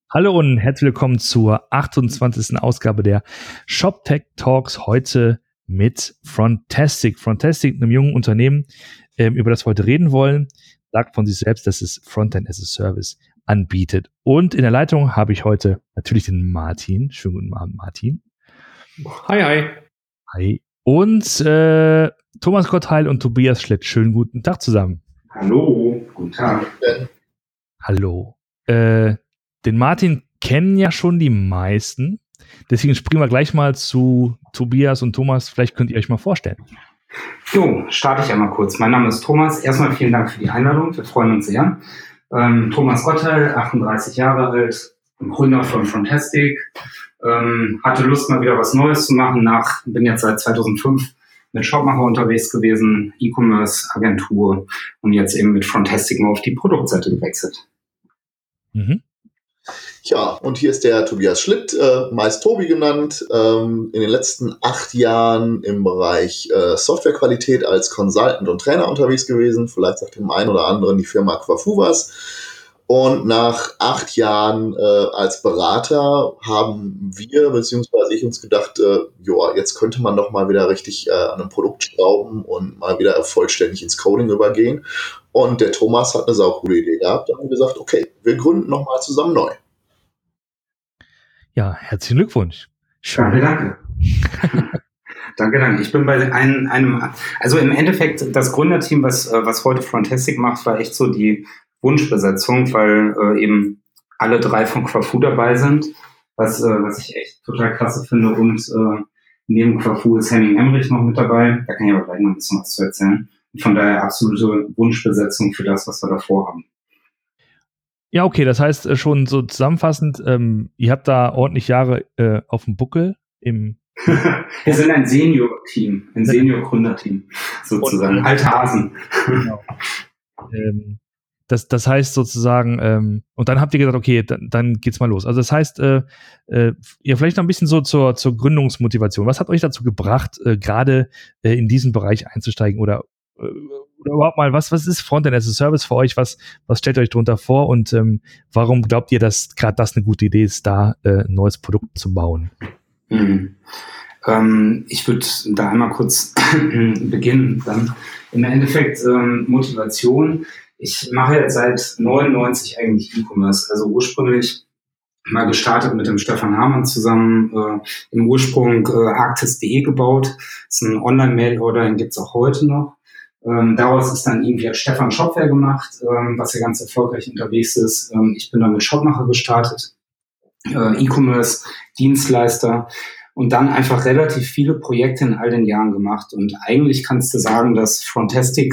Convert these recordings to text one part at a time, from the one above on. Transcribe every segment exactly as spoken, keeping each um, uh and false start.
Hallo und herzlich willkommen zur achtundzwanzigsten Ausgabe der ShopTech Talks, heute mit Frontastic. Frontastic, einem jungen Unternehmen, ähm, über das wir heute reden wollen, sagt von sich selbst, dass es Frontend as a Service anbietet. Und in der Leitung habe ich heute natürlich den Martin. Schönen guten Abend, Martin. Hi, hi. Hi. Und äh, Thomas Gottheil und Tobias Schlett. Schönen guten Tag zusammen. Hallo, guten Tag. Hallo. Äh, Den Martin kennen ja schon die meisten. Deswegen springen wir gleich mal zu Tobias und Thomas. Vielleicht könnt ihr euch mal vorstellen. Jo, starte ich einmal kurz. Mein Name ist Thomas. Erstmal vielen Dank für die Einladung. Wir freuen uns sehr. Ähm, Thomas Gottheil, achtunddreißig Jahre alt, Gründer von Frontastic. Ähm, hatte Lust, mal wieder was Neues zu machen. Nach, bin jetzt seit zweitausendfünf mit Shopmacher unterwegs gewesen, E-Commerce-Agentur und jetzt eben mit Frontastic mal auf die Produktseite gewechselt. Mhm. Ja, und hier ist der Tobias Schlitt, äh, meist Tobi genannt, ähm, in den letzten acht Jahren im Bereich äh, Softwarequalität als Consultant und Trainer unterwegs gewesen. Vielleicht sagt dem einen oder anderen die Firma Quafu was. Und nach acht Jahren äh, als Berater haben wir, beziehungsweise ich, uns gedacht, äh, joa, jetzt könnte man doch mal wieder richtig äh, an einem Produkt schrauben und mal wieder vollständig ins Coding übergehen. Und der Thomas hat eine saucoole Idee gehabt. Da haben wir gesagt, okay, wir gründen nochmal zusammen neu. Ja, herzlichen Glückwunsch. Schön. Danke, danke. danke, danke. Ich bin bei einem, einem, also im Endeffekt das Gründerteam, was, was heute Frontastic macht, war echt so die Wunschbesetzung, weil äh, eben alle drei von Quafu dabei sind, was, äh, was ich echt total klasse finde. Und äh, neben Quafu ist Henning Emrich noch mit dabei. Da kann ich aber gleich noch ein bisschen was zu erzählen. Und von daher absolute Wunschbesetzung für das, was wir davor haben. Ja, okay, das heißt äh, schon so zusammenfassend, ähm, ihr habt da ordentlich Jahre äh, auf dem Buckel im Wir sind ein Senior-Team, ein Senior-Gründerteam sozusagen, alte Hasen. Genau. ähm, das, das heißt sozusagen, ähm, und dann habt ihr gesagt, okay, dann, dann geht's mal los. Also das heißt, äh, äh, ja, vielleicht noch ein bisschen so zur, zur Gründungsmotivation. Was hat euch dazu gebracht, äh, gerade äh, in diesen Bereich einzusteigen oder äh, oder überhaupt mal, was, was ist Frontend as a Service für euch? Was, was stellt ihr euch darunter vor und ähm, warum glaubt ihr, dass gerade das eine gute Idee ist, da äh, ein neues Produkt zu bauen? Mhm. Ähm, ich würde da einmal kurz beginnen. Dann im Endeffekt ähm, Motivation. Ich mache jetzt seit neunundneunzig eigentlich E-Commerce. Also ursprünglich mal gestartet mit dem Stefan Hamann zusammen, äh, im Ursprung äh, Arktis punkt de gebaut. Das ist ein Online-Mail-Order, den gibt's auch heute noch. Ähm, daraus ist dann irgendwie hat Stefan Shopware gemacht, ähm, was ja ganz erfolgreich unterwegs ist. Ähm, ich bin dann mit Shopmacher gestartet, äh, E-Commerce, Dienstleister und dann einfach relativ viele Projekte in all den Jahren gemacht. Und eigentlich kannst du sagen, dass Frontastic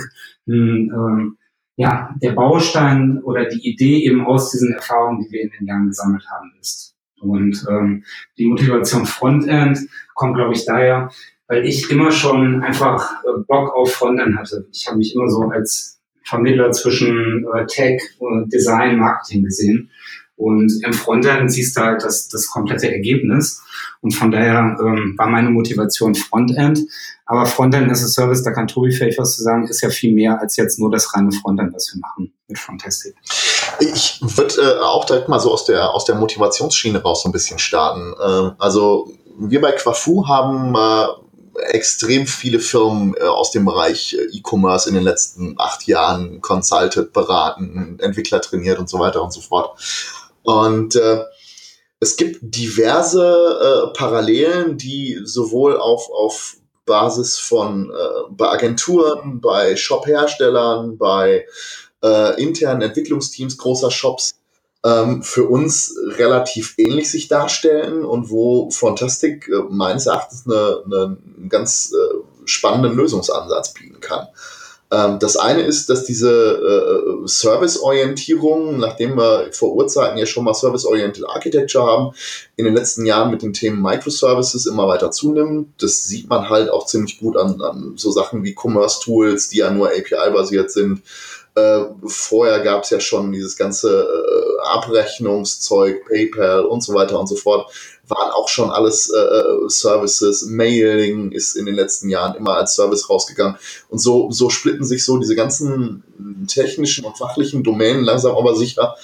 ähm, ja, der Baustein oder die Idee eben aus diesen Erfahrungen, die wir in den Jahren gesammelt haben, ist. Und ähm, die Motivation Frontend kommt, glaube ich, daher, weil ich immer schon einfach äh, Bock auf Frontend hatte. Ich habe mich immer so als Vermittler zwischen äh, Tech, und Design, Marketing gesehen. Und im Frontend siehst du halt das, das komplette Ergebnis. Und von daher ähm, war meine Motivation Frontend. Aber Frontend as a Service, da kann Tobi vielleicht was zu sagen, ist ja viel mehr als jetzt nur das reine Frontend, was wir machen mit Frontastic. Ich würde äh, auch direkt mal so aus der, aus der Motivationsschiene raus so ein bisschen starten. Ähm, also wir bei Quafu haben äh, extrem viele Firmen äh, aus dem Bereich äh, E-Commerce in den letzten acht Jahren consulted, beraten, Entwickler trainiert und so weiter und so fort. Und äh, es gibt diverse äh, Parallelen, die sowohl auf, auf Basis von äh, bei Agenturen, bei Shop-Herstellern, bei äh, internen Entwicklungsteams großer Shops ähm, für uns relativ ähnlich sich darstellen und wo Frontastic äh, meines Erachtens eine, eine, einen ganz äh, spannenden Lösungsansatz bieten kann. Ähm, das eine ist, dass diese äh, Service-Orientierung, nachdem wir vor Urzeiten ja schon mal Service-Oriented Architecture haben, in den letzten Jahren mit den Themen Microservices immer weiter zunimmt. Das sieht man halt auch ziemlich gut an, an so Sachen wie Commerce-Tools, die ja nur A P I-basiert sind. Äh, vorher gab es ja schon dieses ganze äh, Abrechnungszeug, PayPal und so weiter und so fort, waren auch schon alles äh, Services. Mailing ist in den letzten Jahren immer als Service rausgegangen. Und so, so splitten sich so diese ganzen technischen und fachlichen Domänen langsam aber sicher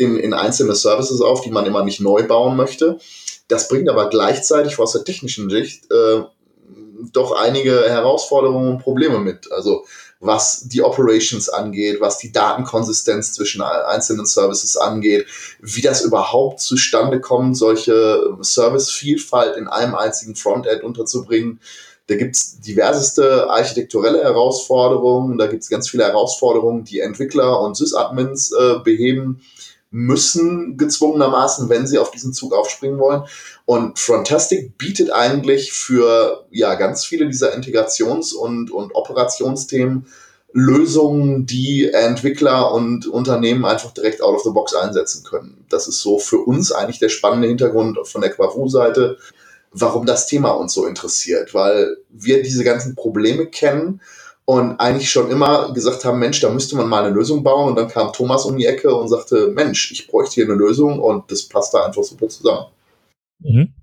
in, in einzelne Services auf, die man immer nicht neu bauen möchte. Das bringt aber gleichzeitig aus der technischen Sicht äh, doch einige Herausforderungen und Probleme mit. Also was die Operations angeht, was die Datenkonsistenz zwischen einzelnen Services angeht, wie das überhaupt zustande kommt, solche Servicevielfalt in einem einzigen Frontend unterzubringen. Da gibt es diverseste architekturelle Herausforderungen, da gibt es ganz viele Herausforderungen, die Entwickler und Sysadmins äh, beheben müssen, gezwungenermaßen, wenn sie auf diesen Zug aufspringen wollen. Und Frontastic bietet eigentlich für ja ganz viele dieser Integrations- und, und Operationsthemen Lösungen, die Entwickler und Unternehmen einfach direkt out of the box einsetzen können. Das ist so für uns eigentlich der spannende Hintergrund von der Quafu-Seite, warum das Thema uns so interessiert, weil wir diese ganzen Probleme kennen und eigentlich schon immer gesagt haben, Mensch, da müsste man mal eine Lösung bauen. Und dann kam Thomas um die Ecke und sagte, Mensch, ich bräuchte hier eine Lösung und das passt da einfach super zusammen. Mhm.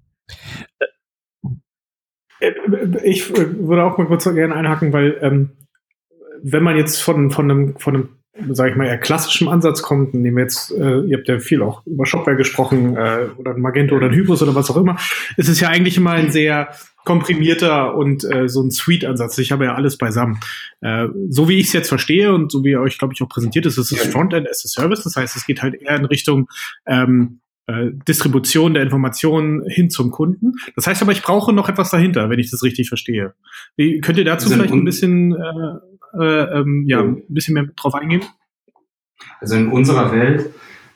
Ich würde auch mal kurz gerne einhaken, weil ähm, wenn man jetzt von, von einem, von einem, sag ich mal, eher klassischen Ansatz kommt, nehmen wir jetzt, äh, ihr habt ja viel auch über Shopware gesprochen, äh, oder ein Magento oder ein Hybris oder was auch immer, ist es ja eigentlich immer ein sehr komprimierter und äh, so ein Suite-Ansatz. Ich habe ja alles beisammen. Äh, so wie ich es jetzt verstehe und so wie ihr euch, glaube ich, auch präsentiert ist, ist es Frontend as a Service. Das heißt, es geht halt eher in Richtung ähm, äh, Distribution der Informationen hin zum Kunden. Das heißt aber, ich brauche noch etwas dahinter, wenn ich das richtig verstehe. Wie, könnt ihr dazu also vielleicht ein bisschen äh, äh, ähm, ja, ein bisschen mehr drauf eingehen? Also in unserer Welt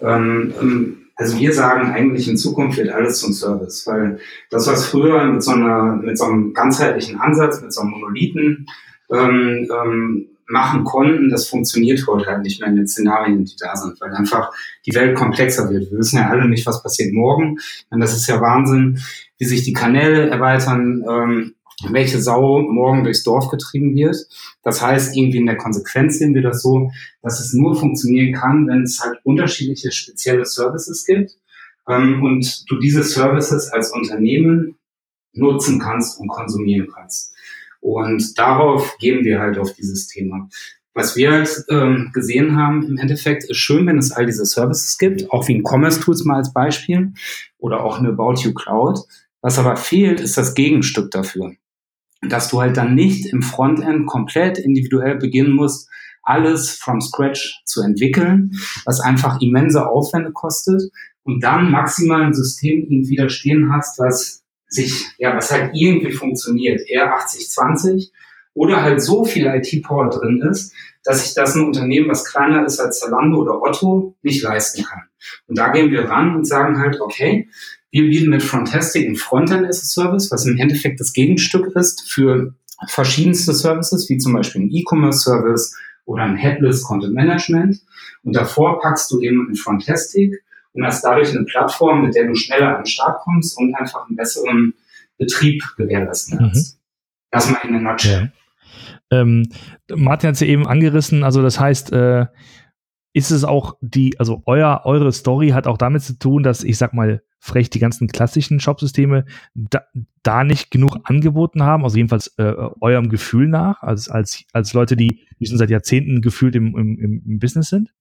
ähm, Also wir sagen eigentlich, in Zukunft wird alles zum Service, weil das, was früher mit so einer, mit so einem ganzheitlichen Ansatz, mit so einem Monolithen ähm, ähm, machen konnten, das funktioniert heute halt nicht mehr in den Szenarien, die da sind, weil einfach die Welt komplexer wird. Wir wissen ja alle nicht, was passiert morgen. Und das ist ja Wahnsinn, wie sich die Kanäle erweitern, ähm, welche Sau morgen durchs Dorf getrieben wird. Das heißt, irgendwie in der Konsequenz sehen wir das so, dass es nur funktionieren kann, wenn es halt unterschiedliche spezielle Services gibt ähm, und du diese Services als Unternehmen nutzen kannst und konsumieren kannst. Und darauf gehen wir halt auf dieses Thema. Was wir halt ähm, gesehen haben im Endeffekt, ist schön, wenn es all diese Services gibt, auch wie ein Commerce Tools mal als Beispiel oder auch eine About You Cloud. Was aber fehlt, ist das Gegenstück dafür. Dass du halt dann nicht im Frontend komplett individuell beginnen musst, alles from scratch zu entwickeln, was einfach immense Aufwände kostet und dann maximal ein System irgendwie da stehen hast, was sich, ja, was halt irgendwie funktioniert, eher achtzig zwanzig oder halt so viel I T-Power drin ist, dass sich das ein Unternehmen, was kleiner ist als Zalando oder Otto, nicht leisten kann. Und da gehen wir ran und sagen halt, okay, wir bieten mit Frontastic ein Frontend as a Service, was im Endeffekt das Gegenstück ist für verschiedenste Services, wie zum Beispiel ein E-Commerce-Service oder ein Headless Content Management. Und davor packst du eben ein Frontastic und hast dadurch eine Plattform, mit der du schneller an den Start kommst und einfach einen besseren Betrieb gewährleisten kannst. Mhm. Das mal in der Nutshell. Ja. Ähm, Martin hat es ja eben angerissen, also das heißt, äh, ist es auch die, also euer, eure Story hat auch damit zu tun, dass, ich sag mal, frech die ganzen klassischen Shopsysteme da, da nicht genug angeboten haben, also jedenfalls äh, eurem Gefühl nach, als, als, als Leute, die, die schon seit Jahrzehnten gefühlt im, im, im Business sind?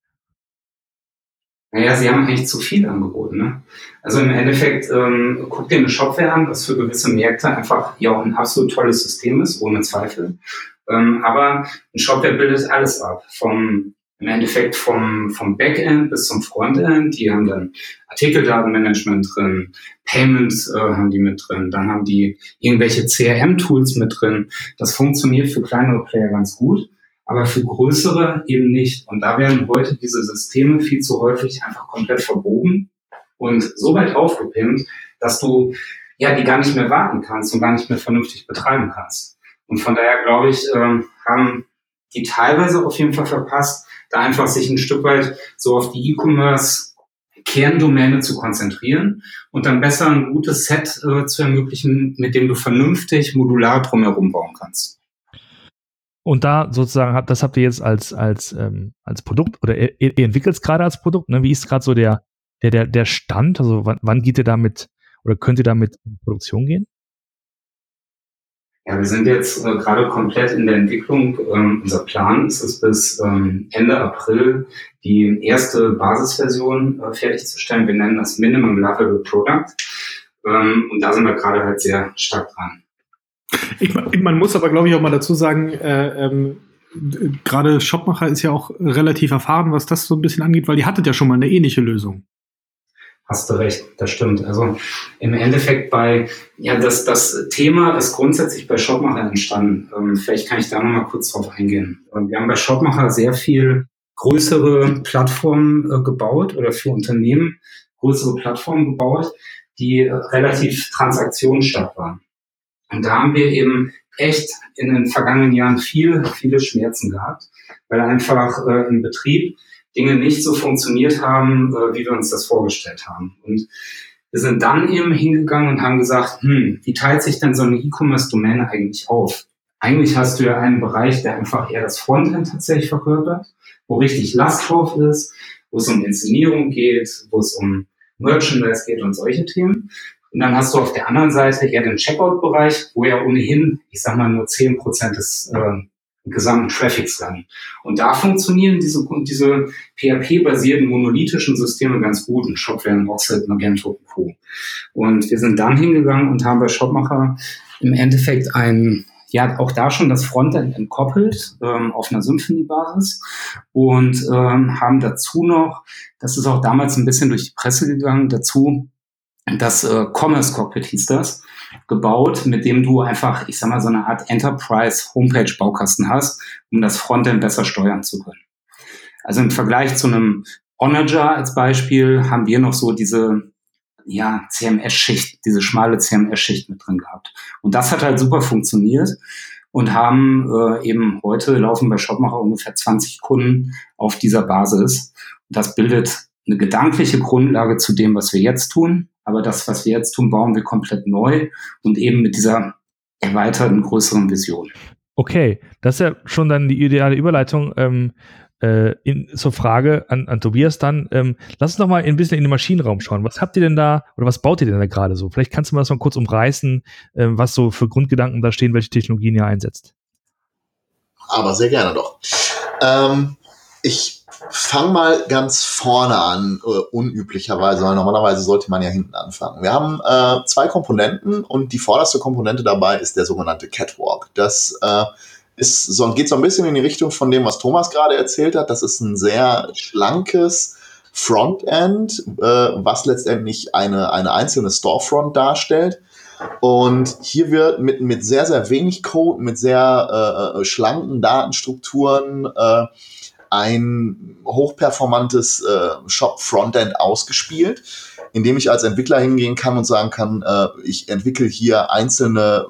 Naja, sie haben eigentlich zu viel angeboten. Ne? Also im Endeffekt, ähm, guck dir eine Shopware an, was für gewisse Märkte einfach ja auch ein absolut tolles System ist, ohne Zweifel. Ähm, aber ein Shopware bildet alles ab, vom im Endeffekt vom, vom Backend bis zum Frontend. Die haben dann Artikeldatenmanagement drin, Payments äh, haben die mit drin, dann haben die irgendwelche C R M-Tools mit drin. Das funktioniert für kleinere Player ganz gut, aber für größere eben nicht. Und da werden heute diese Systeme viel zu häufig einfach komplett verbogen und so weit aufgepimpt, dass du ja die gar nicht mehr warten kannst und gar nicht mehr vernünftig betreiben kannst. Und von daher, glaube ich, ähm, haben die teilweise auf jeden Fall verpasst, da einfach sich ein Stück weit so auf die E-Commerce-Kerndomäne zu konzentrieren und dann besser ein gutes Set äh, zu ermöglichen, mit dem du vernünftig modular drumherum bauen kannst. Und da sozusagen, das habt ihr jetzt als, als, ähm, als Produkt, oder ihr, ihr entwickelt es gerade als Produkt, ne? Wie ist gerade so der, der, der, der Stand? Also wann, wann geht ihr damit, oder könnt ihr damit in Produktion gehen? Ja, wir sind jetzt äh, gerade komplett in der Entwicklung. Ähm, unser Plan ist es, bis ähm, Ende April die erste Basisversion äh, fertigzustellen. Wir nennen das Minimum Lovable Product. Ähm, und da sind wir gerade halt sehr stark dran. Ich, man muss aber, glaube ich, auch mal dazu sagen, äh, ähm, gerade Shopmacher ist ja auch relativ erfahren, was das so ein bisschen angeht, weil die hattet ja schon mal eine ähnliche Lösung. Hast du recht, das stimmt. Also im Endeffekt bei, ja, das, das Thema ist grundsätzlich bei Shopmacher entstanden. Ähm, vielleicht kann ich da nochmal kurz drauf eingehen. Wir haben bei Shopmacher sehr viel größere Plattformen äh, gebaut oder für Unternehmen größere Plattformen gebaut, die äh, relativ transaktionsstark waren. Und da haben wir eben echt in den vergangenen Jahren viel, viele Schmerzen gehabt, weil einfach äh, im Betrieb Dinge nicht so funktioniert haben, äh, wie wir uns das vorgestellt haben. Und wir sind dann eben hingegangen und haben gesagt, hm, wie teilt sich denn so eine E-Commerce-Domäne eigentlich auf? Eigentlich hast du ja einen Bereich, der einfach eher das Frontend tatsächlich verkörpert, wo richtig Last drauf ist, wo es um Inszenierung geht, wo es um Merchandise geht und solche Themen. Und dann hast du auf der anderen Seite eher den Checkout-Bereich, wo ja ohnehin, ich sag mal, nur zehn Prozent des äh, gesamten Traffics landen. Und da funktionieren diese, diese P H P-basierten monolithischen Systeme ganz gut, in Shopware, Voxel, Magento und Co. Und wir sind dann hingegangen und haben bei Shopmacher im Endeffekt ein, ja, auch da schon das Frontend entkoppelt, ähm, auf einer Symfony-Basis und ähm, haben dazu noch, das ist auch damals ein bisschen durch die Presse gegangen, dazu das äh, Commerce Cockpit hieß das, gebaut, mit dem du einfach, ich sag mal, so eine Art Enterprise-Homepage-Baukasten hast, um das Frontend besser steuern zu können. Also im Vergleich zu einem Onager als Beispiel haben wir noch so diese, ja, C M S-Schicht, diese schmale C M S-Schicht mit drin gehabt. Und das hat halt super funktioniert und haben äh, eben heute laufen bei Shopmacher ungefähr zwanzig Kunden auf dieser Basis. Und das bildet eine gedankliche Grundlage zu dem, was wir jetzt tun. Aber das, was wir jetzt tun, bauen wir komplett neu und eben mit dieser erweiterten, größeren Vision. Okay, das ist ja schon dann die ideale Überleitung ähm, äh, in, zur Frage an, an Tobias dann. Ähm, lass uns noch mal ein bisschen in den Maschinenraum schauen. Was habt ihr denn da oder was baut ihr denn da gerade so? Vielleicht kannst du mal das mal kurz umreißen, äh, was so für Grundgedanken da stehen, welche Technologien ihr einsetzt. Aber sehr gerne doch. Ähm, ich Fang mal ganz vorne an, äh, unüblicherweise, weil normalerweise sollte man ja hinten anfangen. Wir haben äh, zwei Komponenten und die vorderste Komponente dabei ist der sogenannte Catwalk. Das äh, ist so, geht so ein bisschen in die Richtung von dem, was Thomas gerade erzählt hat. Das ist ein sehr schlankes Frontend, äh, was letztendlich eine, eine einzelne Storefront darstellt. Und hier wird mit, mit sehr, sehr wenig Code, mit sehr äh, schlanken Datenstrukturen äh, ein hochperformantes äh, Shop-Frontend ausgespielt, in dem ich als Entwickler hingehen kann und sagen kann, äh, ich entwickle hier einzelne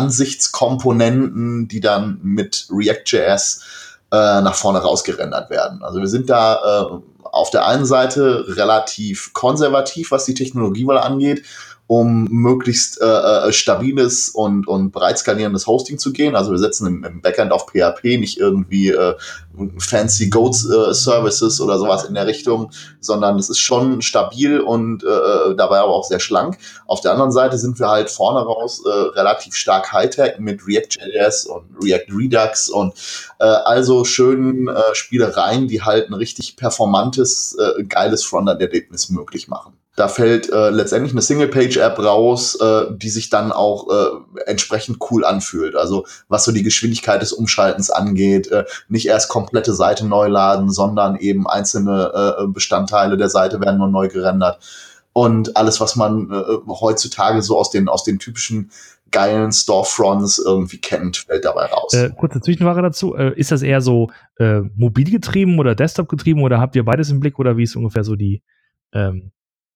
Ansichtskomponenten, die dann mit React.js äh, nach vorne rausgerendert werden. Also wir sind da äh, auf der einen Seite relativ konservativ, was die Technologiewahl angeht, um möglichst äh, stabiles und, und breit skalierendes Hosting zu gehen. Also wir setzen im, im Backend auf P H P, nicht irgendwie äh, fancy Goat-Services äh, oder sowas in der Richtung, sondern es ist schon stabil und äh, dabei aber auch sehr schlank. Auf der anderen Seite sind wir halt vorne raus äh, relativ stark Hightech mit React.js und React Redux und äh, also schönen äh, Spielereien, die halt ein richtig performantes, äh, geiles Frontend-Erlebnis möglich machen. Da fällt äh, letztendlich eine Single-Page-App raus, äh, die sich dann auch äh, entsprechend cool anfühlt. Also was so die Geschwindigkeit des Umschaltens angeht, äh, nicht erst komplette Seite neu laden, sondern eben einzelne äh, Bestandteile der Seite werden nur neu gerendert. Und alles, was man äh, heutzutage so aus den, aus den typischen geilen Storefronts irgendwie kennt, fällt dabei raus. Äh, kurze Zwischenfrage dazu. Äh, ist das eher so äh, mobil getrieben oder Desktop getrieben oder habt ihr beides im Blick oder wie ist ungefähr so die ähm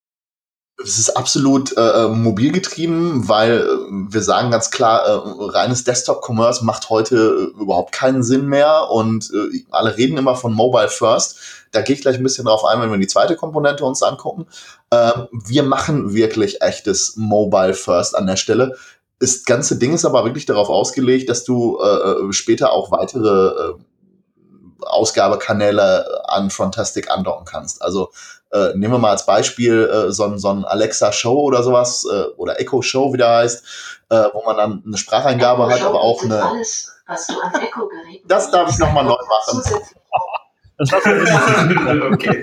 Es ist absolut äh, mobil getrieben, weil äh, wir sagen ganz klar, äh, reines Desktop-Commerce macht heute äh, überhaupt keinen Sinn mehr und äh, alle reden immer von Mobile First. Da gehe ich gleich ein bisschen drauf ein, wenn wir die zweite Komponente uns angucken. Äh, wir machen wirklich echtes Mobile First an der Stelle. Das ganze Ding ist aber wirklich darauf ausgelegt, dass du äh, später auch weitere äh, Ausgabekanäle an Frontastic andocken kannst. Also äh, nehmen wir mal als Beispiel äh, so ein so ein Alexa Show oder sowas äh, oder Echo Show, wie der heißt, äh, wo man dann eine Spracheingabe hat, aber auch eine. Alles, was du an Echo-Geräten das darf ich nochmal neu machen. Das war Okay.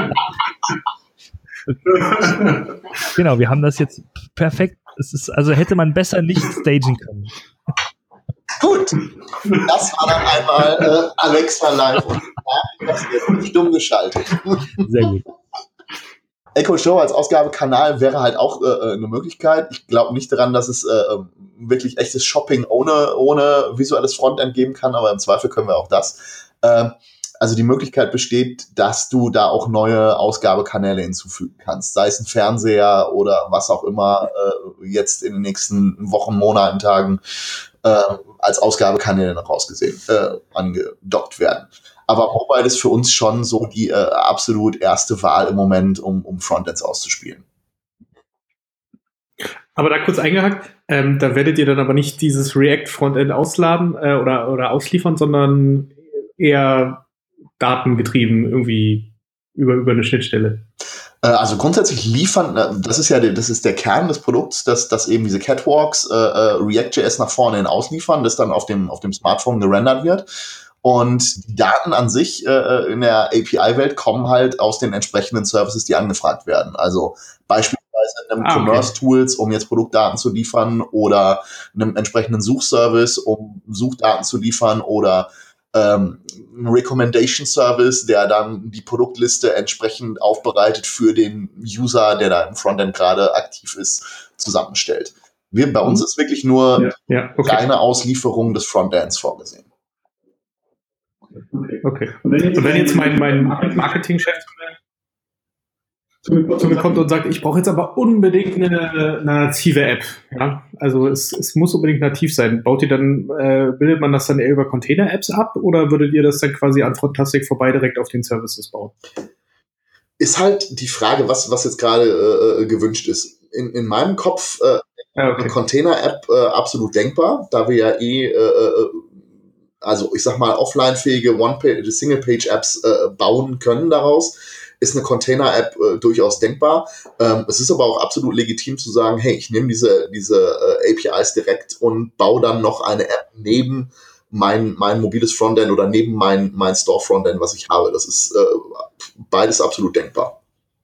Genau, wir haben das jetzt perfekt. Es ist, also hätte man besser nicht stagen können. Gut, das war dann einmal äh, Alexa live und das wird nicht dumm geschaltet. Sehr gut. Echo Show als Ausgabekanal wäre halt auch äh, eine Möglichkeit. Ich glaube nicht daran, dass es äh, wirklich echtes Shopping ohne, ohne visuelles Frontend geben kann, aber im Zweifel können wir auch das. Ähm, also die Möglichkeit besteht, dass du da auch neue Ausgabekanäle hinzufügen kannst, sei es ein Fernseher oder was auch immer äh, jetzt in den nächsten Wochen, Monaten, Tagen äh, als Ausgabekanäle noch rausgesehen, äh, angedockt werden. Aber Mobile ist für uns schon so die äh, absolut erste Wahl im Moment, um, um Frontends auszuspielen. Aber da kurz eingehakt, ähm, da werdet ihr dann aber nicht dieses React-Frontend ausladen äh, oder, oder ausliefern, sondern eher datengetrieben irgendwie über, über eine Schnittstelle. Äh, also grundsätzlich liefern, äh, das ist ja der, das ist der Kern des Produkts, dass, dass eben diese Catwalks äh, äh, React.js nach vorne hin ausliefern, das dann auf dem, auf dem Smartphone gerendert wird. Und die Daten an sich äh, in der A P I-Welt kommen halt aus den entsprechenden Services, die angefragt werden. Also beispielsweise einem Ah, okay. Commerce-Tools, um jetzt Produktdaten zu liefern, oder einem entsprechenden Suchservice, um Suchdaten zu liefern, oder ähm, ein Recommendation-Service, der dann die Produktliste entsprechend aufbereitet für den User, der da im Frontend gerade aktiv ist, zusammenstellt. Wir, bei uns ist wirklich nur Ja, ja, okay. reine Auslieferung des Frontends vorgesehen. Okay. Und wenn jetzt mein, mein Marketingchef zu mir, zu mir kommt und sagt, ich brauche jetzt aber unbedingt eine, eine native App. Ja? Also es, es muss unbedingt nativ sein. Baut ihr dann, äh, bildet man das dann eher über Container-Apps ab oder würdet ihr das dann quasi an Frontastic vorbei direkt auf den Services bauen? Ist halt die Frage, was, was jetzt gerade äh, gewünscht ist. In, in meinem Kopf äh, Ja, okay. eine Container-App äh, absolut denkbar, da wir ja eh, äh, also ich sag mal, offline-fähige One-Page, Single-Page-Apps äh, bauen können daraus, ist eine Container-App äh, durchaus denkbar. Ähm, es ist aber auch absolut legitim zu sagen, hey, ich nehme diese, diese äh, A P Is direkt und baue dann noch eine App neben mein, mein mobiles Frontend oder neben mein, mein Store-Frontend, was ich habe. Das ist äh, beides absolut denkbar.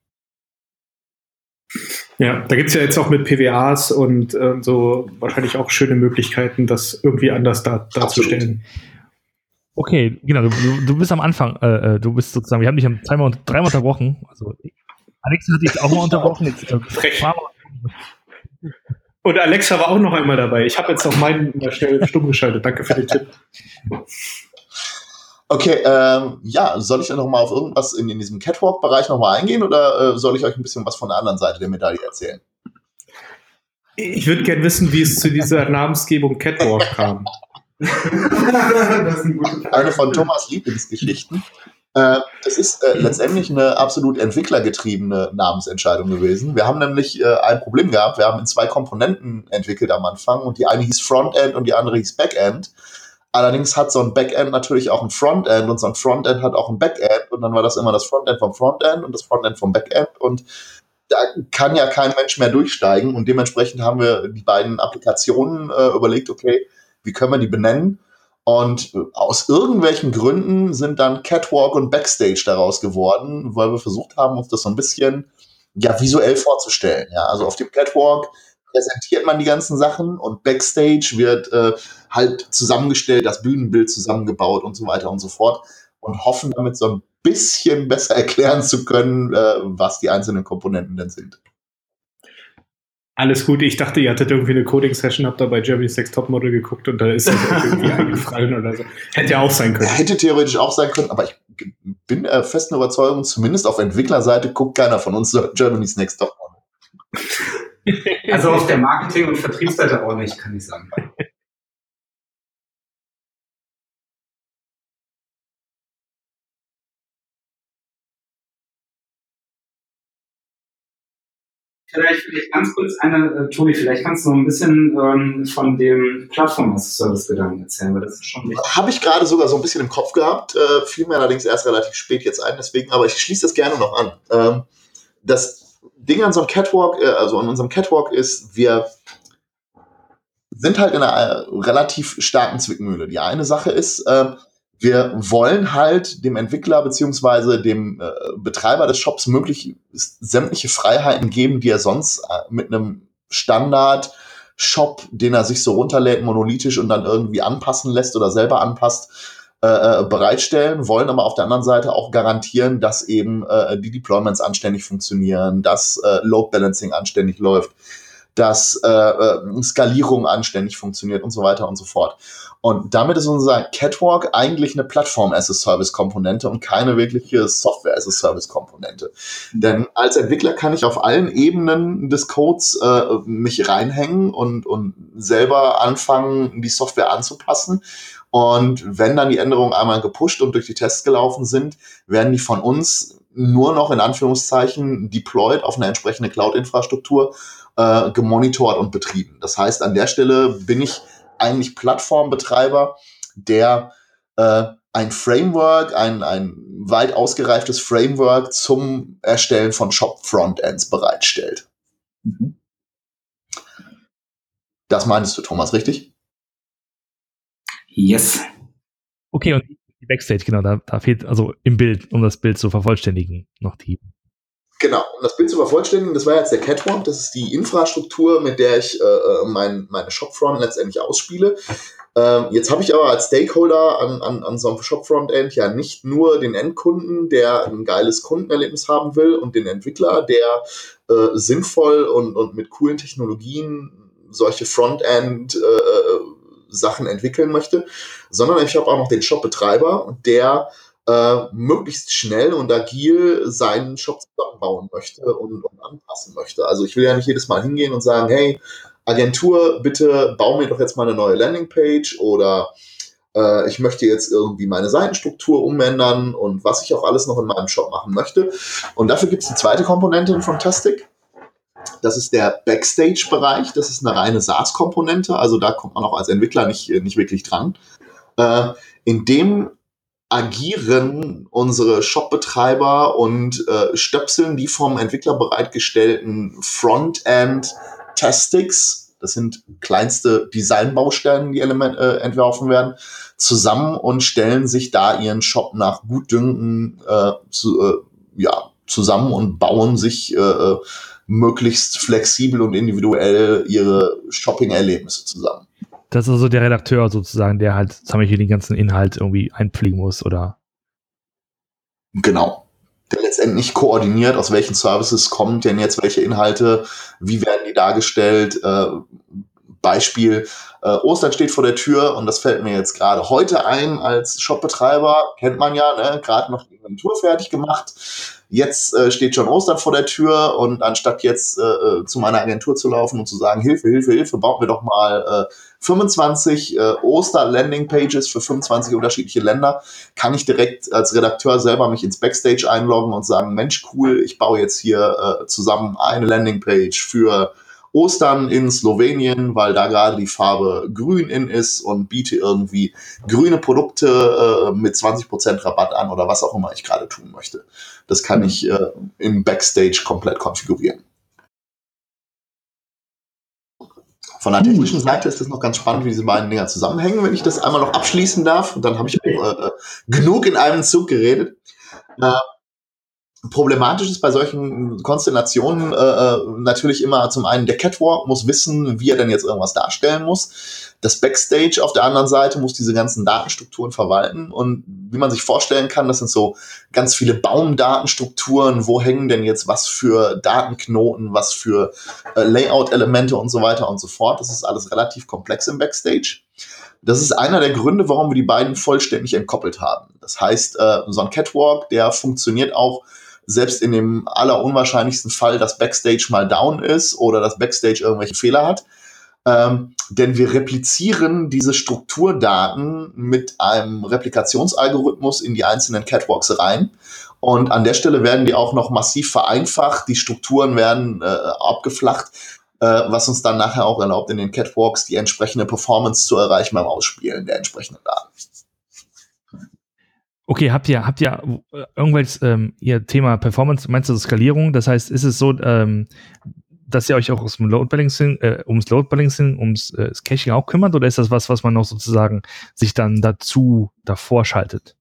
Ja, da gibt's ja jetzt auch mit P W As und äh, so wahrscheinlich auch schöne Möglichkeiten, das irgendwie anders da, darzustellen. Okay, genau, du, du bist am Anfang, äh, du bist sozusagen, wir haben dich dreimal, dreimal unterbrochen. Also Alexa hat dich auch mal unterbrochen. Jetzt, äh, Frech. Und Alexa war auch noch einmal dabei. Ich habe jetzt noch meinen mal schnell stumm geschaltet. Danke für den Tipp. Okay, ähm, ja, soll ich dann noch mal auf irgendwas in, in diesem Catwalk-Bereich noch mal eingehen oder äh, soll ich euch ein bisschen was von der anderen Seite der Medaille erzählen? Ich würde gerne wissen, wie es zu dieser Namensgebung Catwalk kam. Das ist ein guter Eine von Thomas' Lieblingsgeschichten. Äh, das ist äh, letztendlich eine absolut entwicklergetriebene Namensentscheidung gewesen. Wir haben nämlich äh, ein Problem gehabt. Wir haben in zwei Komponenten entwickelt am Anfang und die eine hieß Frontend und die andere hieß Backend. Allerdings hat so ein Backend natürlich auch ein Frontend und so ein Frontend hat auch ein Backend und dann war das immer das Frontend vom Frontend und das Frontend vom Backend und da kann ja kein Mensch mehr durchsteigen und dementsprechend haben wir die beiden Applikationen äh, überlegt, okay, wie können wir die benennen? Und aus irgendwelchen Gründen sind dann Catwalk und Backstage daraus geworden, weil wir versucht haben, uns das so ein bisschen ja visuell vorzustellen. Ja, also auf dem Catwalk präsentiert man die ganzen Sachen und Backstage wird äh, halt zusammengestellt, das Bühnenbild zusammengebaut und so weiter und so fort und hoffen damit so ein bisschen besser erklären zu können, äh, was die einzelnen Komponenten denn sind. Alles gut, ich dachte, ihr hattet irgendwie eine Coding-Session, habt da bei Germany's Next Topmodel geguckt und da ist das irgendwie eingefallen oder so. Hätte ja auch sein können. Hätte theoretisch auch sein können, aber ich bin der festen Überzeugung, zumindest auf Entwicklerseite guckt keiner von uns Germany's Next Topmodel. Also auf der Marketing- und Vertriebsseite auch nicht, kann ich sagen. Vielleicht, vielleicht ganz kurz eine, äh, Tobi, vielleicht kannst du noch ein bisschen ähm, von dem Plattform-as-a-Service-Gedanken erzählen, weil das ist schon wichtig. Habe ich gerade sogar so ein bisschen im Kopf gehabt, äh, fiel mir allerdings erst relativ spät jetzt ein, deswegen, aber ich schließe das gerne noch an. Ähm, das Ding an so einem Catwalk, äh, also an unserem Catwalk ist, wir sind halt in einer relativ starken Zwickmühle. Die eine Sache ist, äh, wir wollen halt dem Entwickler beziehungsweise dem äh, Betreiber des Shops möglichst sämtliche Freiheiten geben, die er sonst äh, mit einem Standard-Shop, den er sich so runterlädt, monolithisch und dann irgendwie anpassen lässt oder selber anpasst, äh, bereitstellen, wollen aber auf der anderen Seite auch garantieren, dass eben äh, die Deployments anständig funktionieren, dass äh, Load Balancing anständig läuft, dass äh, äh, Skalierung anständig funktioniert und so weiter und so fort. Und damit ist unser Catwalk eigentlich eine Plattform-as-a-Service-Komponente und keine wirkliche Software-as-a-Service-Komponente. Denn als Entwickler kann ich auf allen Ebenen des Codes äh, mich reinhängen und, und selber anfangen, die Software anzupassen. Und wenn dann die Änderungen einmal gepusht und durch die Tests gelaufen sind, werden die von uns nur noch in Anführungszeichen deployed auf eine entsprechende Cloud-Infrastruktur äh, gemonitort und betrieben. Das heißt, an der Stelle bin ich eigentlich Plattformbetreiber, der äh, ein Framework, ein, ein weit ausgereiftes Framework zum Erstellen von Shop-Frontends bereitstellt. Mhm. Das meintest du, Thomas, richtig? Yes. Okay, und die Backstage, genau, da, da fehlt also im Bild, um das Bild zu vervollständigen, noch die. Genau, um das Bild zu vervollständigen, das war jetzt der Catwalk, das ist die Infrastruktur, mit der ich äh, mein, meine Shopfront letztendlich ausspiele. Ähm, jetzt habe ich aber als Stakeholder an, an, an so einem Shopfrontend ja nicht nur den Endkunden, der ein geiles Kundenerlebnis haben will, und den Entwickler, der äh, sinnvoll und, und mit coolen Technologien solche Frontend äh, Sachen entwickeln möchte, sondern ich habe auch noch den Shopbetreiber, der äh, möglichst schnell und agil seinen Shop zusammenbauen möchte und, und anpassen möchte. Also ich will ja nicht jedes Mal hingehen und sagen, hey, Agentur, bitte bau mir doch jetzt mal eine neue Landingpage oder äh, ich möchte jetzt irgendwie meine Seitenstruktur umändern und was ich auch alles noch in meinem Shop machen möchte. Und dafür gibt es die zweite Komponente in Frontastic. Das ist der Backstage-Bereich. Das ist eine reine SaaS-Komponente. Also da kommt man auch als Entwickler nicht, nicht wirklich dran. Äh, in dem agieren unsere Shop-Betreiber und äh, stöpseln die vom Entwickler bereitgestellten Frontend-Testings, das sind kleinste Designbaustellen, die Element, äh, entworfen werden, zusammen und stellen sich da ihren Shop nach Gutdünken äh, zu, äh, ja, zusammen und bauen sich äh, möglichst flexibel und individuell ihre Shopping-Erlebnisse zusammen. Das ist also der Redakteur sozusagen, der halt zum Beispiel den ganzen Inhalt irgendwie einpflegen muss, oder? Genau. Der letztendlich koordiniert, aus welchen Services kommt denn jetzt welche Inhalte, wie werden die dargestellt. Äh, Beispiel, äh, Ostern steht vor der Tür und das fällt mir jetzt gerade heute ein als Shopbetreiber, kennt man ja, ne? Gerade noch die Inventur fertig gemacht. Jetzt äh, steht schon Ostern vor der Tür und anstatt jetzt äh, zu meiner Agentur zu laufen und zu sagen, Hilfe, Hilfe, Hilfe, baut mir doch mal äh, fünfundzwanzig äh, Oster-Landing-Pages für fünfundzwanzig unterschiedliche Länder, kann ich direkt als Redakteur selber mich ins Backstage einloggen und sagen, Mensch, cool, ich baue jetzt hier äh, zusammen eine Landing-Page für Ostern in Slowenien, weil da gerade die Farbe grün in ist und biete irgendwie grüne Produkte äh, mit zwanzig Prozent Rabatt an oder was auch immer ich gerade tun möchte. Das kann ich äh, im Backstage komplett konfigurieren. Von der technischen Seite ist das noch ganz spannend, wie diese beiden Dinger zusammenhängen, wenn ich das einmal noch abschließen darf. Und dann habe ich auch äh, genug in einem Zug geredet. Äh, Problematisch ist bei solchen Konstellationen äh, natürlich immer zum einen, der Catwalk muss wissen, wie er denn jetzt irgendwas darstellen muss. Das Backstage auf der anderen Seite muss diese ganzen Datenstrukturen verwalten. Und wie man sich vorstellen kann, das sind so ganz viele Baumdatenstrukturen. Wo hängen denn jetzt was für Datenknoten, was für äh, Layout-Elemente und so weiter und so fort. Das ist alles relativ komplex im Backstage. Das ist einer der Gründe, warum wir die beiden vollständig entkoppelt haben. Das heißt, äh, so ein Catwalk, der funktioniert auch selbst in dem allerunwahrscheinlichsten Fall, dass Backstage mal down ist oder dass Backstage irgendwelche Fehler hat. Ähm, denn wir replizieren diese Strukturdaten mit einem Replikationsalgorithmus in die einzelnen Catwalks rein. Und an der Stelle werden die auch noch massiv vereinfacht. Die Strukturen werden äh, abgeflacht, äh, was uns dann nachher auch erlaubt, in den Catwalks die entsprechende Performance zu erreichen beim Ausspielen der entsprechenden Daten. Okay, habt ihr, habt ihr äh, irgendwelches, ähm, ihr Thema Performance, meinst du Skalierung? Das heißt, ist es so, ähm, dass ihr euch auch ums Load Balancing, äh, ums Load Balancing, ums äh, das Caching auch kümmert, oder ist das was, was man noch sozusagen sich dann dazu davor schaltet?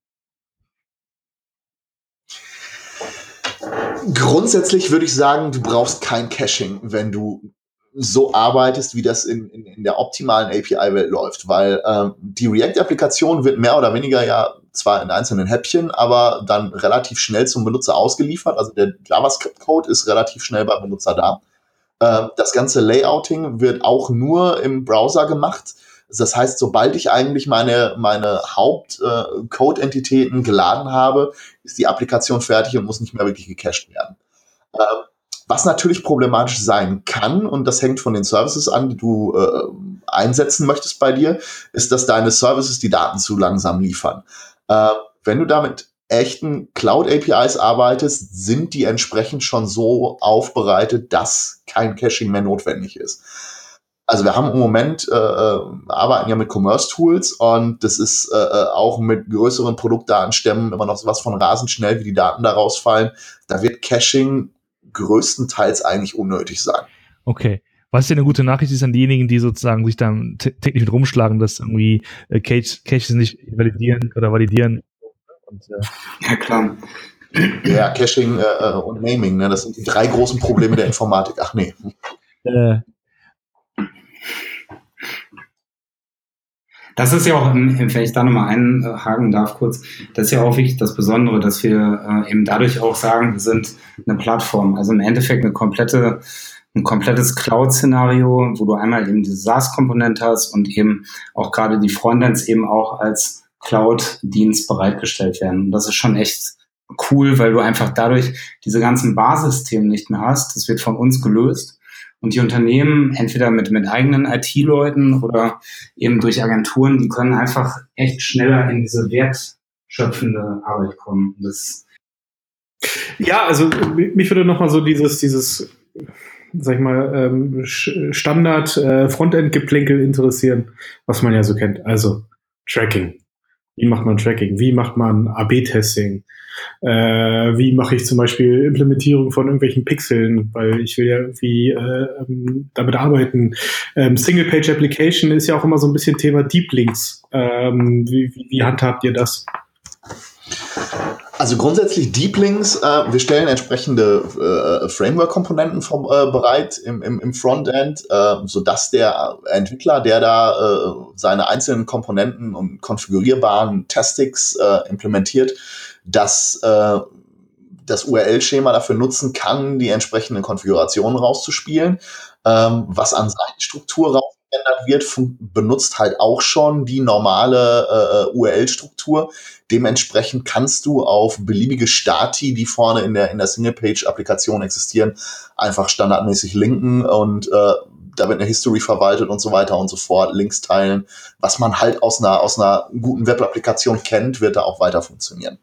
Grundsätzlich würde ich sagen, du brauchst kein Caching, wenn du so arbeitest, wie das in, in, in der optimalen A P I-Welt läuft, weil ähm, die React-Applikation wird mehr oder weniger ja zwar in einzelnen Häppchen, aber dann relativ schnell zum Benutzer ausgeliefert. Also der JavaScript-Code ist relativ schnell beim Benutzer da. Ähm, das ganze Layouting wird auch nur im Browser gemacht. Das heißt, sobald ich eigentlich meine, meine Haupt-Code-Entitäten äh, geladen habe, ist die Applikation fertig und muss nicht mehr wirklich gecached werden. Ähm, was natürlich problematisch sein kann, und das hängt von den Services an, die du äh, einsetzen möchtest bei dir, ist, dass deine Services die Daten zu langsam liefern. Äh, wenn du damit echten Cloud-A P Is arbeitest, sind die entsprechend schon so aufbereitet, dass kein Caching mehr notwendig ist. Also wir haben im Moment, äh, arbeiten ja mit Commerce-Tools, und das ist äh, auch mit größeren Produktdatenstämmen immer noch sowas von rasend schnell, wie die Daten da rausfallen. Da wird Caching größtenteils eigentlich unnötig sein. Okay. Was ja eine gute Nachricht ist an diejenigen, die sozusagen sich da täglich mit rumschlagen, dass irgendwie äh, Cache, Caches nicht validieren oder validieren. Und, äh ja, klar. Ja, Caching äh, und Naming, ne? Das sind die drei großen Probleme der Informatik. Ach nee. Äh, Das ist ja auch, wenn ich da nochmal einhaken darf kurz, das ist ja auch wirklich das Besondere, dass wir äh, eben dadurch auch sagen, wir sind eine Plattform, also im Endeffekt eine komplette, ein komplettes Cloud-Szenario, wo du einmal eben diese SaaS-Komponente hast und eben auch gerade die Frontends eben auch als Cloud-Dienst bereitgestellt werden. Und das ist schon echt cool, weil du einfach dadurch diese ganzen Basisthemen nicht mehr hast. Das wird von uns gelöst. Und die Unternehmen, entweder mit, mit eigenen I T-Leuten oder eben durch Agenturen, die können einfach echt schneller in diese wertschöpfende Arbeit kommen. Das ja, also mich würde nochmal so dieses, dieses, sag ich mal, ähm, Standard äh, Frontend-Geplänkel interessieren, was man ja so kennt. Also Tracking. Wie macht man Tracking? Wie macht man A B Testing? Äh, wie mache ich zum Beispiel Implementierung von irgendwelchen Pixeln, weil ich will ja irgendwie äh, ähm, damit arbeiten. Ähm, Single-Page-Application ist ja auch immer so ein bisschen Thema Deep Links. Ähm, wie, wie, wie handhabt ihr das? Also grundsätzlich Deep Links, äh, wir stellen entsprechende äh, Framework-Komponenten vom, äh, bereit im, im, im Frontend, äh, sodass der Entwickler, der da äh, seine einzelnen Komponenten und konfigurierbaren Testings äh, implementiert, dass äh, das U R L-Schema dafür nutzen kann, die entsprechenden Konfigurationen rauszuspielen. Ähm, was an Seitenstruktur rausgeändert wird, fun- benutzt halt auch schon die normale äh, U R L-Struktur. Dementsprechend kannst du auf beliebige Stati, die vorne in der, in der Single-Page-Applikation existieren, einfach standardmäßig linken, und äh, da wird eine History verwaltet und so weiter und so fort, Links teilen. Was man halt aus einer, aus einer guten Web-Applikation kennt, wird da auch weiter funktionieren.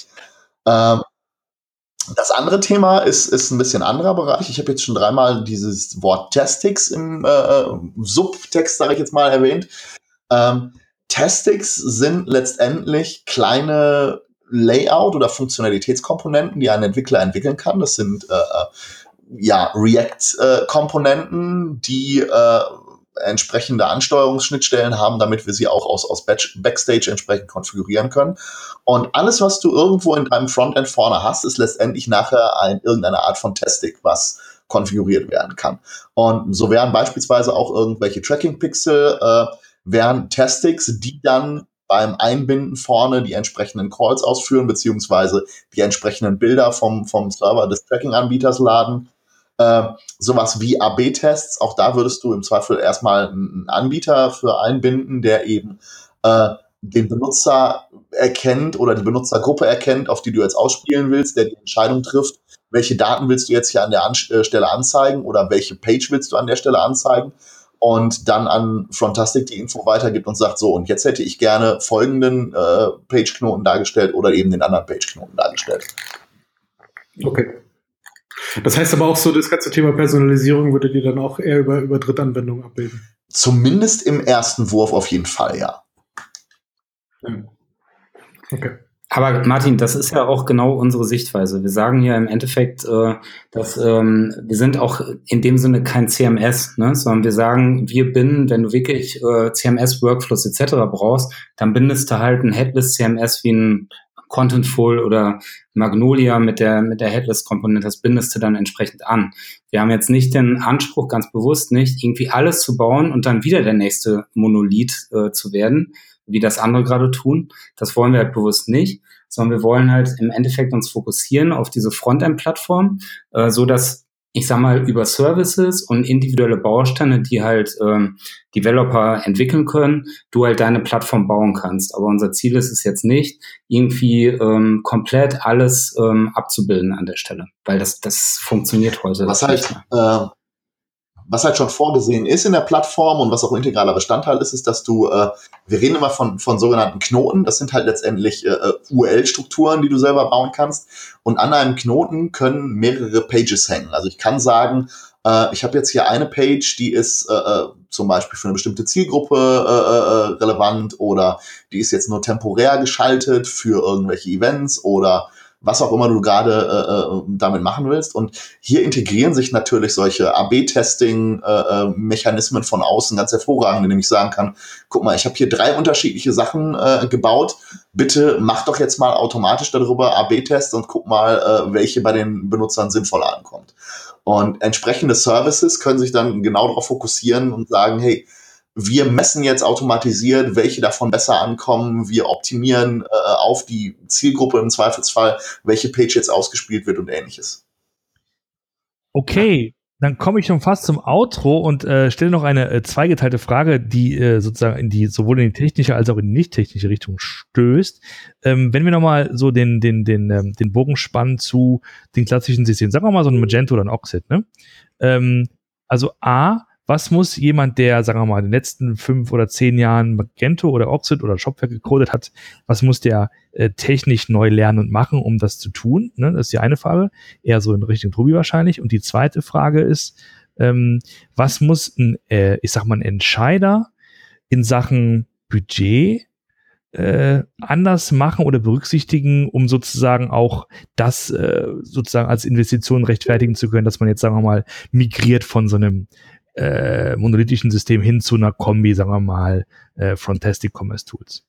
Ähm, das andere Thema ist, ist ein bisschen anderer Bereich. Ich habe jetzt schon dreimal dieses Wort Testix im äh, Subtext, sage ich jetzt mal, erwähnt. Ähm, Testix sind letztendlich kleine Layout- oder Funktionalitätskomponenten, die ein Entwickler entwickeln kann. Das sind äh, ja React-Komponenten, äh, die äh, entsprechende Ansteuerungsschnittstellen haben, damit wir sie auch aus, aus Backstage entsprechend konfigurieren können. Und alles, was du irgendwo in deinem Frontend vorne hast, ist letztendlich nachher ein, irgendeine Art von Testing, was konfiguriert werden kann. Und so wären beispielsweise auch irgendwelche Tracking-Pixel, äh, wären Testings, die dann beim Einbinden vorne die entsprechenden Calls ausführen, beziehungsweise die entsprechenden Bilder vom, vom Server des Tracking-Anbieters laden. Äh, sowas wie A B Tests, auch da würdest du im Zweifel erstmal einen Anbieter für einbinden, der eben äh, den Benutzer erkennt oder die Benutzergruppe erkennt, auf die du jetzt ausspielen willst, der die Entscheidung trifft, welche Daten willst du jetzt hier an der An- Stelle anzeigen oder welche Page willst du an der Stelle anzeigen, und dann an Frontastic die Info weitergibt und sagt, so, und jetzt hätte ich gerne folgenden äh, Page-Knoten dargestellt oder eben den anderen Page-Knoten dargestellt. Okay. Das heißt aber auch so, das ganze Thema Personalisierung würdet ihr dann auch eher über, über Drittanwendungen abbilden? Zumindest im ersten Wurf auf jeden Fall, ja. Okay. Aber Martin, das ist ja auch genau unsere Sichtweise. Wir sagen ja im Endeffekt, äh, dass ähm, wir sind auch in dem Sinne kein C M S, ne? Sondern wir sagen, wir binden, wenn du wirklich äh, C M S-Workflows et cetera brauchst, dann bindest du halt ein Headless-C M S wie ein Contentful oder Magnolia mit der mit der Headless-Komponente, das bindest du dann entsprechend an. Wir haben jetzt nicht den Anspruch, ganz bewusst nicht, irgendwie alles zu bauen und dann wieder der nächste Monolith äh, zu werden, wie das andere gerade tun. Das wollen wir halt bewusst nicht, sondern wir wollen halt im Endeffekt uns fokussieren auf diese Frontend-Plattform, äh, so dass, ich sag mal, über Services und individuelle Bausteine, die halt ähm, Developer entwickeln können, du halt deine Plattform bauen kannst. Aber unser Ziel ist es jetzt nicht, irgendwie ähm, komplett alles ähm, abzubilden an der Stelle, weil das das funktioniert heute. Was halt, äh, was halt schon vorgesehen ist in der Plattform und was auch ein integraler Bestandteil ist, ist, dass du, äh, wir reden immer von, von sogenannten Knoten, das sind halt letztendlich äh, U R L-Strukturen, die du selber bauen kannst, und an einem Knoten können mehrere Pages hängen. Also ich kann sagen, äh, ich habe jetzt hier eine Page, die ist äh, zum Beispiel für eine bestimmte Zielgruppe äh, äh, relevant, oder die ist jetzt nur temporär geschaltet für irgendwelche Events oder was auch immer du gerade äh, damit machen willst. Und hier integrieren sich natürlich solche A B-Testing-Mechanismen äh, von außen ganz hervorragend, indem ich sagen kann, guck mal, ich habe hier drei unterschiedliche Sachen äh, gebaut. Bitte mach doch jetzt mal automatisch darüber A B-Tests und guck mal, äh, welche bei den Benutzern sinnvoll ankommt. Und entsprechende Services können sich dann genau darauf fokussieren und sagen, hey, wir messen jetzt automatisiert, welche davon besser ankommen. Wir optimieren äh, auf die Zielgruppe im Zweifelsfall, welche Page jetzt ausgespielt wird und ähnliches. Okay, dann komme ich schon fast zum Outro und äh, stelle noch eine äh, zweigeteilte Frage, die äh, sozusagen in die sowohl in die technische als auch in die nicht technische Richtung stößt. Ähm, wenn wir nochmal so den den den ähm, den Bogen spannen zu den klassischen Systemen, sagen wir mal so ein Magento oder ein Oxid, ne? Ähm, also A, was muss jemand, der, sagen wir mal, in den letzten fünf oder zehn Jahren Magento oder Oxid oder Shopware gecodet hat, was muss der äh, technisch neu lernen und machen, um das zu tun? Ne? Das ist die eine Frage, eher so in Richtung Truby wahrscheinlich. Und die zweite Frage ist, ähm, was muss ein, äh, ich sag mal, ein Entscheider in Sachen Budget äh, anders machen oder berücksichtigen, um sozusagen auch das äh, sozusagen als Investition rechtfertigen zu können, dass man jetzt, sagen wir mal, migriert von so einem Äh, monolithischen System hin zu einer Kombi, sagen wir mal, äh, Frontastic Commerce Tools.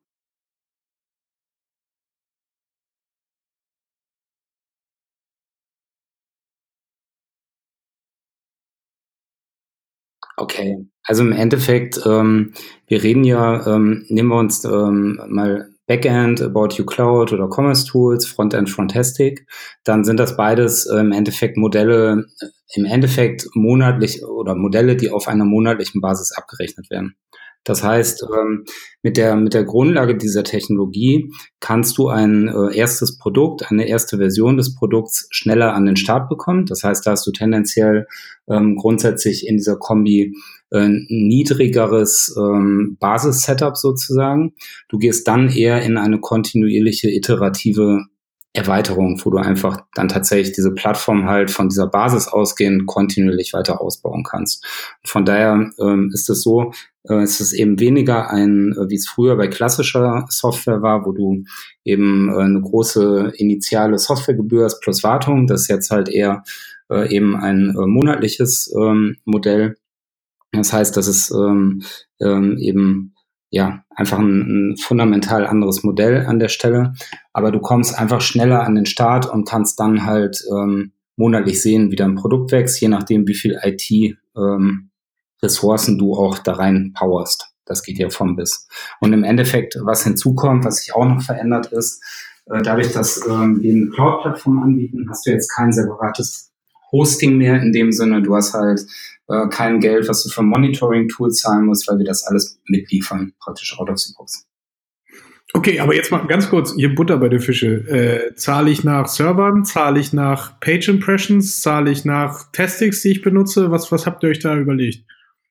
Okay, also im Endeffekt, ähm, wir reden ja, ähm, nehmen wir uns ähm, mal Backend, About You Cloud oder Commerce Tools, Frontend, Frontastic, dann sind das beides äh, im Endeffekt Modelle, äh, im Endeffekt monatlich oder Modelle, die auf einer monatlichen Basis abgerechnet werden. Das heißt, ähm, mit der mit der Grundlage dieser Technologie kannst du ein äh, erstes Produkt, eine erste Version des Produkts schneller an den Start bekommen. Das heißt, da hast du tendenziell ähm, grundsätzlich in dieser Kombi äh, niedrigeres ähm, Basis-Setup sozusagen. Du gehst dann eher in eine kontinuierliche, iterative Erweiterung, wo du einfach dann tatsächlich diese Plattform halt von dieser Basis ausgehend kontinuierlich weiter ausbauen kannst. Von daher ähm, ist es so, äh, es ist eben weniger ein, äh, wie es früher bei klassischer Software war, wo du eben äh, eine große initiale Softwaregebühr hast plus Wartung. Das ist jetzt halt eher äh, eben ein äh, monatliches ähm, Modell. Das heißt, das ist ähm, ähm, eben ja, einfach ein, ein fundamental anderes Modell an der Stelle. Aber du kommst einfach schneller an den Start und kannst dann halt ähm, monatlich sehen, wie dein Produkt wächst, je nachdem, wie viel I T-Ressourcen ähm, du auch da rein powerst. Das geht ja vom bis. Und im Endeffekt, was hinzukommt, was sich auch noch verändert ist, äh, dadurch, dass ähm, wir eine Cloud-Plattform anbieten, hast du jetzt kein separates Hosting mehr in dem Sinne. Du hast halt äh, kein Geld, was du für Monitoring-Tools zahlen musst, weil wir das alles mitliefern, praktisch out of the box. Okay, aber jetzt mal ganz kurz, hier Butter bei der Fische. Äh, zahle ich nach Servern, zahle ich nach Page Impressions, zahle ich nach Testings, die ich benutze? Was, was habt ihr euch da überlegt?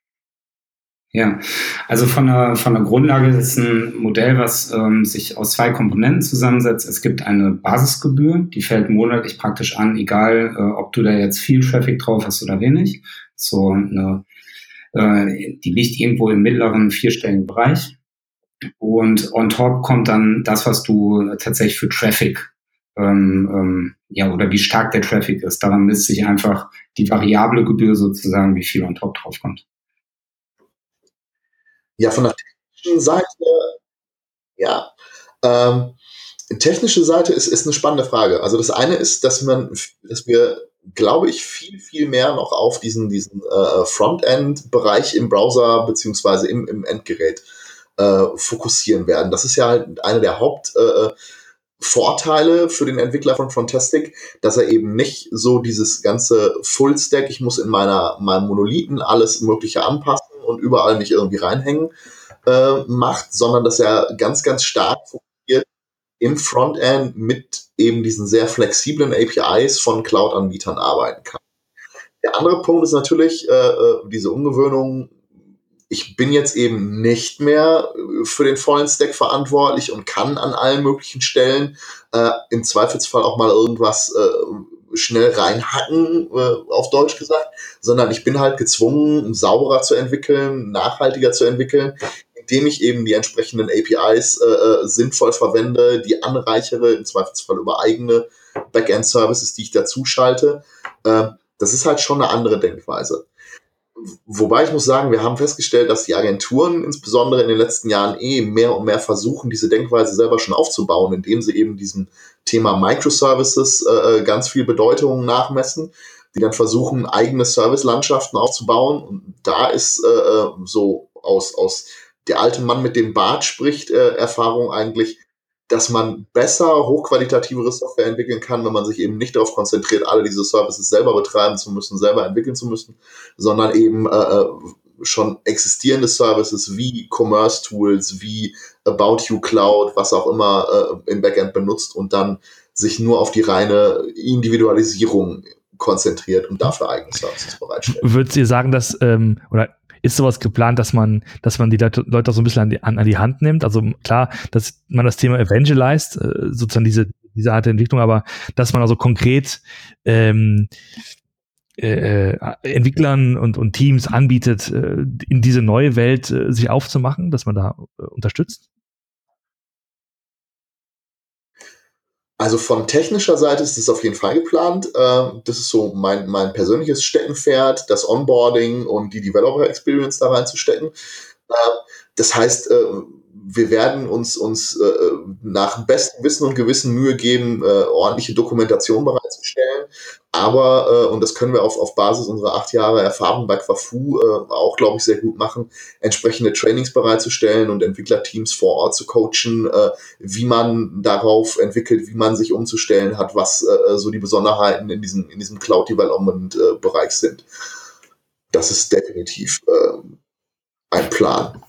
Ja, also von der, von der Grundlage ist es ein Modell, was ähm, sich aus zwei Komponenten zusammensetzt. Es gibt eine Basisgebühr, die fällt monatlich praktisch an, egal äh, ob du da jetzt viel Traffic drauf hast oder wenig. So eine, äh, die liegt irgendwo im mittleren vierstelligen Bereich. Und on top kommt dann das, was du tatsächlich für Traffic, ähm, ähm, ja, oder wie stark der Traffic ist. Daran misst sich einfach die variable Gebühr sozusagen, wie viel on top drauf kommt. Ja, von der technischen Seite, ja, ähm, technische Seite ist, ist eine spannende Frage. Also das eine ist, dass man, dass wir, glaube ich, viel, viel mehr noch auf diesen, diesen äh, Frontend-Bereich im Browser beziehungsweise im, im Endgerät äh, fokussieren werden. Das ist ja halt einer der Hauptvorteile äh, für den Entwickler von Frontastic, dass er eben nicht so dieses ganze Full-Stack, ich muss in meiner, meinem Monolithen alles Mögliche anpassen und überall mich irgendwie reinhängen, äh, macht, sondern dass er ganz, ganz stark fokussiert im Frontend mit eben diesen sehr flexiblen A P Is von Cloud-Anbietern arbeiten kann. Der andere Punkt ist natürlich äh, diese Umgewöhnung. Ich bin jetzt eben nicht mehr für den vollen Stack verantwortlich und kann an allen möglichen Stellen äh, im Zweifelsfall auch mal irgendwas äh, schnell reinhacken, äh, auf Deutsch gesagt, sondern ich bin halt gezwungen, sauberer zu entwickeln, nachhaltiger zu entwickeln, indem ich eben die entsprechenden A P Is äh, sinnvoll verwende, die anreichere, im Zweifelsfall über eigene Backend-Services, die ich dazu schalte. Äh, das ist halt schon eine andere Denkweise. Wobei ich muss sagen, wir haben festgestellt, dass die Agenturen insbesondere in den letzten Jahren eh mehr und mehr versuchen, diese Denkweise selber schon aufzubauen, indem sie eben diesem Thema Microservices äh, ganz viel Bedeutung nachmessen, die dann versuchen, eigene Servicelandschaften aufzubauen. Und da ist äh, so aus, aus der alte Mann mit dem Bart spricht äh, Erfahrung eigentlich, dass man besser hochqualitativere Software entwickeln kann, wenn man sich eben nicht darauf konzentriert, alle diese Services selber betreiben zu müssen, selber entwickeln zu müssen, sondern eben äh, schon existierende Services wie Commerce-Tools, wie About You Cloud, was auch immer äh, im Backend benutzt und dann sich nur auf die reine Individualisierung konzentriert und dafür eigene Services bereitstellt. Würdet ihr sagen, dass, ähm, oder ist sowas geplant, dass man, dass man die Leute, Leute so ein bisschen an die, an, an die Hand nimmt? Also klar, dass man das Thema evangelized, äh, sozusagen diese, diese Art der Entwicklung, aber dass man also konkret ähm, äh, Entwicklern und, und Teams anbietet, äh, in diese neue Welt äh, sich aufzumachen, dass man da äh, unterstützt? Also von technischer Seite ist es auf jeden Fall geplant. Das ist so mein, mein persönliches Steckenpferd, das Onboarding und die Developer Experience da reinzustecken. Das heißt, wir werden uns, uns nach bestem Wissen und Gewissen Mühe geben, ordentliche Dokumentation bereitzustellen. Aber, und das können wir auf, auf Basis unserer acht Jahre Erfahrung bei Quafu auch, glaube ich, sehr gut machen, entsprechende Trainings bereitzustellen und Entwicklerteams vor Ort zu coachen, wie man darauf entwickelt, wie man sich umzustellen hat, was so die Besonderheiten in diesem, in diesem Cloud-Development-Bereich sind. Das ist definitiv ein Plan.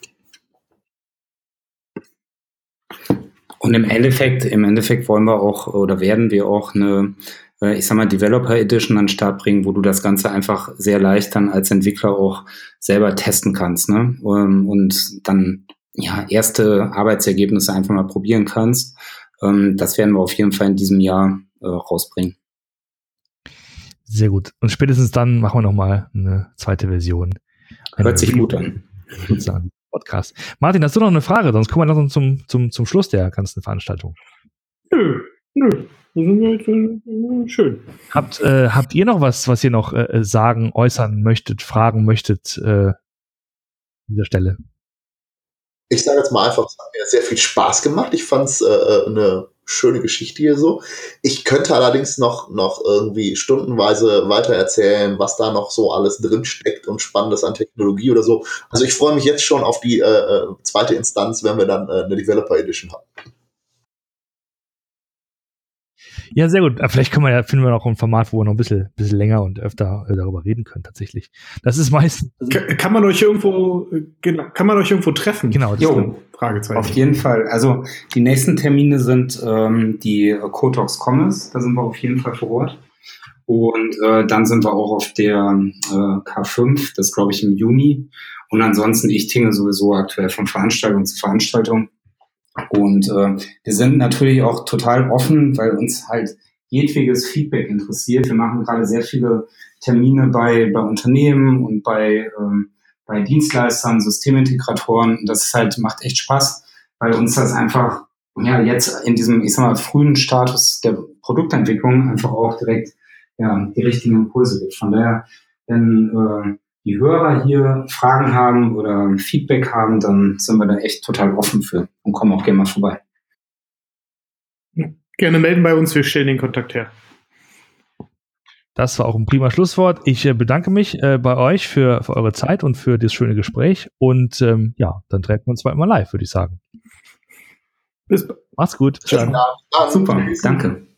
Und im Endeffekt, im Endeffekt wollen wir auch oder werden wir auch eine, ich sag mal, Developer Edition an den Start bringen, wo du das Ganze einfach sehr leicht dann als Entwickler auch selber testen kannst, ne? Und dann ja erste Arbeitsergebnisse einfach mal probieren kannst. Das werden wir auf jeden Fall in diesem Jahr rausbringen. Sehr gut. Und spätestens dann machen wir nochmal eine zweite Version. Hört sich gut an. Sozusagen. Podcast. Martin, hast du noch eine Frage? Sonst kommen wir noch zum, zum, zum Schluss der ganzen Veranstaltung. Nö, nö. Schön. Habt, äh, habt ihr noch was, was ihr noch äh, sagen, äußern möchtet, fragen möchtet äh, an dieser Stelle? Ich sage jetzt mal einfach, es hat mir sehr viel Spaß gemacht. Ich fand es äh, eine schöne Geschichte hier so. Ich könnte allerdings noch, noch irgendwie stundenweise weiter erzählen, was da noch so alles drin steckt und Spannendes an Technologie oder so. Also ich freue mich jetzt schon auf die äh, zweite Instanz, wenn wir dann äh, eine Developer Edition haben. Ja, sehr gut. Vielleicht können wir ja, finden wir noch ein Format, wo wir noch ein bisschen, bisschen länger und öfter äh, darüber reden können, tatsächlich. Das ist meistens. Kann, kann man euch irgendwo, genau, kann man euch irgendwo treffen? Genau. Das jo, Fragezeichen. Auf jeden Fall. Also, die nächsten Termine sind ähm, die Cotox Commerce. Da sind wir auf jeden Fall vor Ort. Und äh, dann sind wir auch auf der äh, K fünf. Das glaube ich im Juni. Und ansonsten, ich tinge sowieso aktuell von Veranstaltung zu Veranstaltung. Und äh, wir sind natürlich auch total offen, weil uns halt jedwedes Feedback interessiert. Wir machen gerade sehr viele Termine bei bei Unternehmen und bei ähm, bei Dienstleistern, Systemintegratoren. Das ist halt macht echt Spaß, weil uns das einfach ja jetzt in diesem, ich sag mal, frühen Status der Produktentwicklung einfach auch direkt ja, die richtigen Impulse gibt. Von daher, wenn äh, die Hörer hier Fragen haben oder Feedback haben, dann sind wir da echt total offen für und kommen auch gerne mal vorbei. Gerne melden bei uns, wir stellen den Kontakt her. Das war auch ein prima Schlusswort. Ich äh, bedanke mich äh, bei euch für, für eure Zeit und für das schöne Gespräch. Und ähm, ja, dann treffen wir uns bald mal live, würde ich sagen. Bis bald. Macht's gut. Ciao. Super, danke.